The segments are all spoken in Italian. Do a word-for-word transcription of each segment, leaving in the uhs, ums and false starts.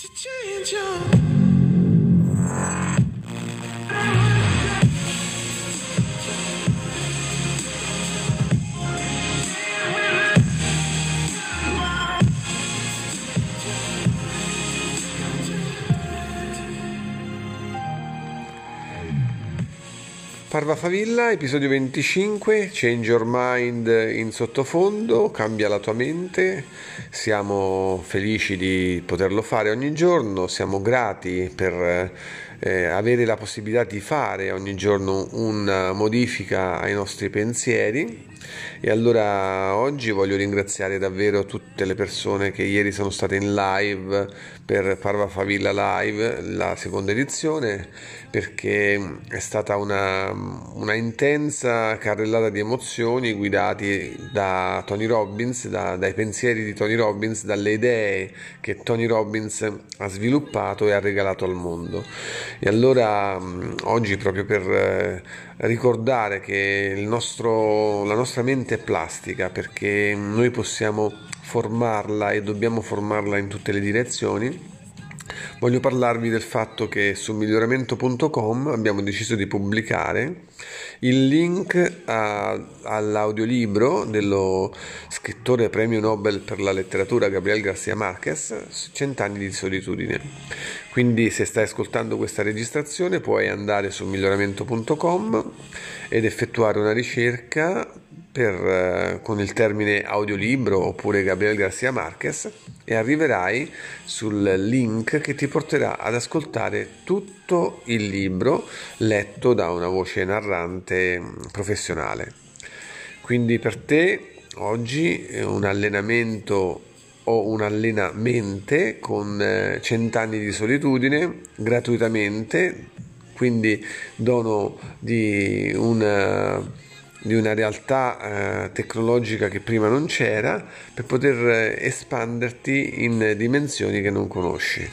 to change your Parva Favilla, episodio venticinque, Change Your Mind in sottofondo, cambia la tua mente. Siamo felici di poterlo fare ogni giorno, siamo grati per eh, avere la possibilità di fare ogni giorno una modifica ai nostri pensieri. E allora oggi voglio ringraziare davvero tutte le persone che ieri sono state in live per Parva Favilla Live, la seconda edizione, perché è stata una, una intensa carrellata di emozioni guidati da Tony Robbins, da, dai pensieri di Tony Robbins, dalle idee che Tony Robbins ha sviluppato e ha regalato al mondo. E allora oggi, proprio per eh, ricordare che il nostro, la nostra mente è plastica, perché noi possiamo formarla e dobbiamo formarla in tutte le direzioni, voglio parlarvi del fatto che su miglioramento punto com abbiamo deciso di pubblicare il link a, all'audiolibro dello scrittore premio Nobel per la letteratura Gabriel García Márquez, Cent'anni di solitudine. Quindi se stai ascoltando questa registrazione puoi andare su miglioramento punto com ed effettuare una ricerca per, eh, con il termine audiolibro oppure Gabriel García Márquez e arriverai sul link che ti porterà ad ascoltare tutto il libro letto da una voce narrante professionale. Quindi per te oggi un allenamento o un allenamente con Cent'anni di solitudine gratuitamente, quindi dono di una di una realtà eh, tecnologica che prima non c'era, per poter espanderti in dimensioni che non conosci.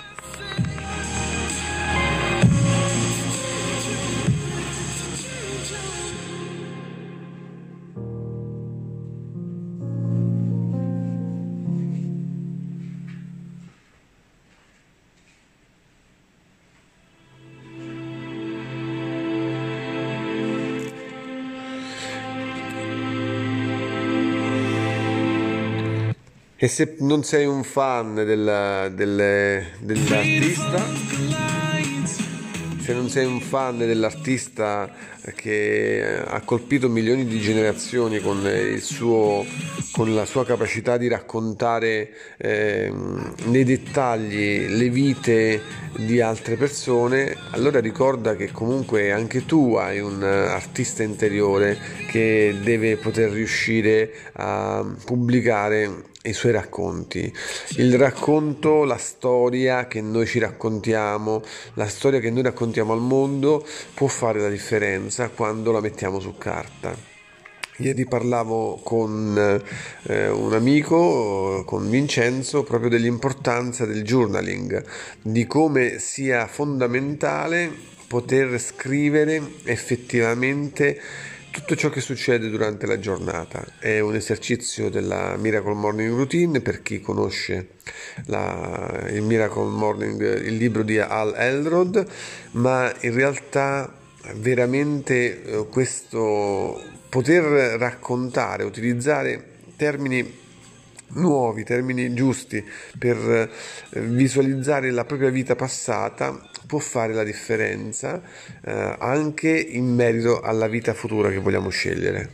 E se non sei un fan della, del, dell'artista, se non sei un fan dell'artista che ha colpito milioni di generazioni con il suo, con la sua capacità di raccontare eh, nei dettagli le vite di altre persone, allora ricorda che comunque anche tu hai un artista interiore che deve poter riuscire a pubblicare i suoi racconti. Il racconto, la storia che noi ci raccontiamo, la storia che noi raccontiamo al mondo può fare la differenza quando la mettiamo su carta. Ieri parlavo con eh, un amico, con Vincenzo, proprio dell'importanza del journaling, di come sia fondamentale poter scrivere effettivamente tutto ciò che succede durante la giornata. È un esercizio della Miracle Morning Routine, per chi conosce la, il Miracle Morning, il libro di Hal Elrod, ma in realtà veramente eh, questo poter raccontare, utilizzare termini nuovi, termini giusti per visualizzare la propria vita passata può fare la differenza eh, anche in merito alla vita futura che vogliamo scegliere.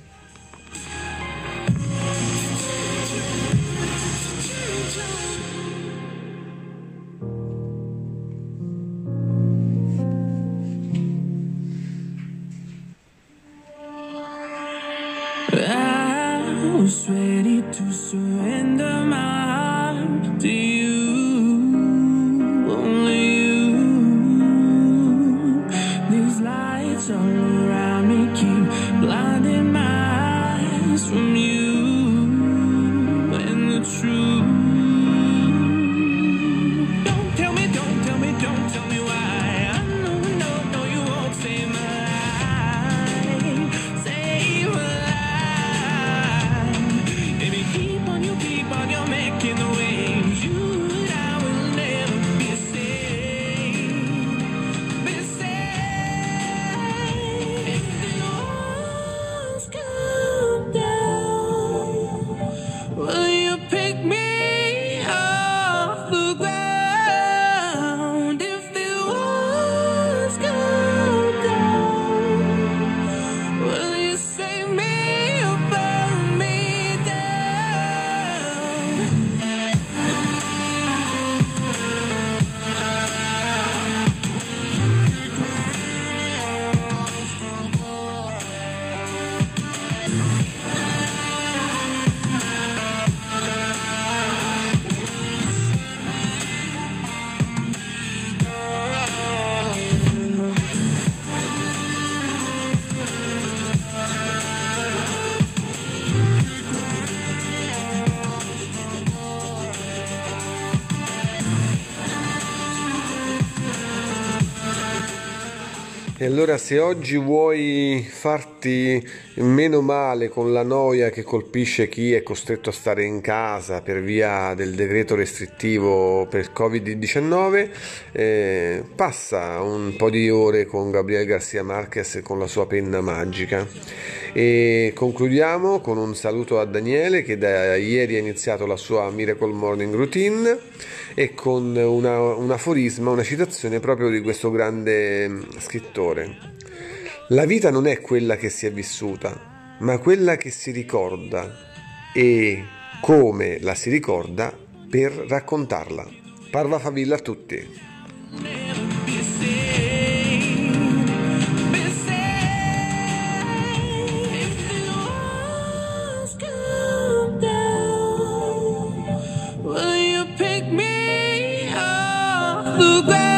I was ready to surrender my heart to you, only you. These lights all around me keep blinding my eyes from you and the truth. Don't tell me, don't tell me, don't tell me why. I know, no, no, you won't save my life, save my life. Keep on, you keep on, you're making E allora, se oggi vuoi farti meno male con la noia che colpisce chi è costretto a stare in casa per via del decreto restrittivo per covid diciannove, eh, passa un po' di ore con Gabriel García Márquez e con la sua penna magica. E concludiamo con un saluto a Daniele, che da ieri ha iniziato la sua Miracle Morning Routine, e con una, un aforisma, una citazione proprio di questo grande scrittore. La vita non è quella che si è vissuta, ma quella che si ricorda, e come la si ricorda per raccontarla. Parva favilla a tutti. Will you pick me up the ground?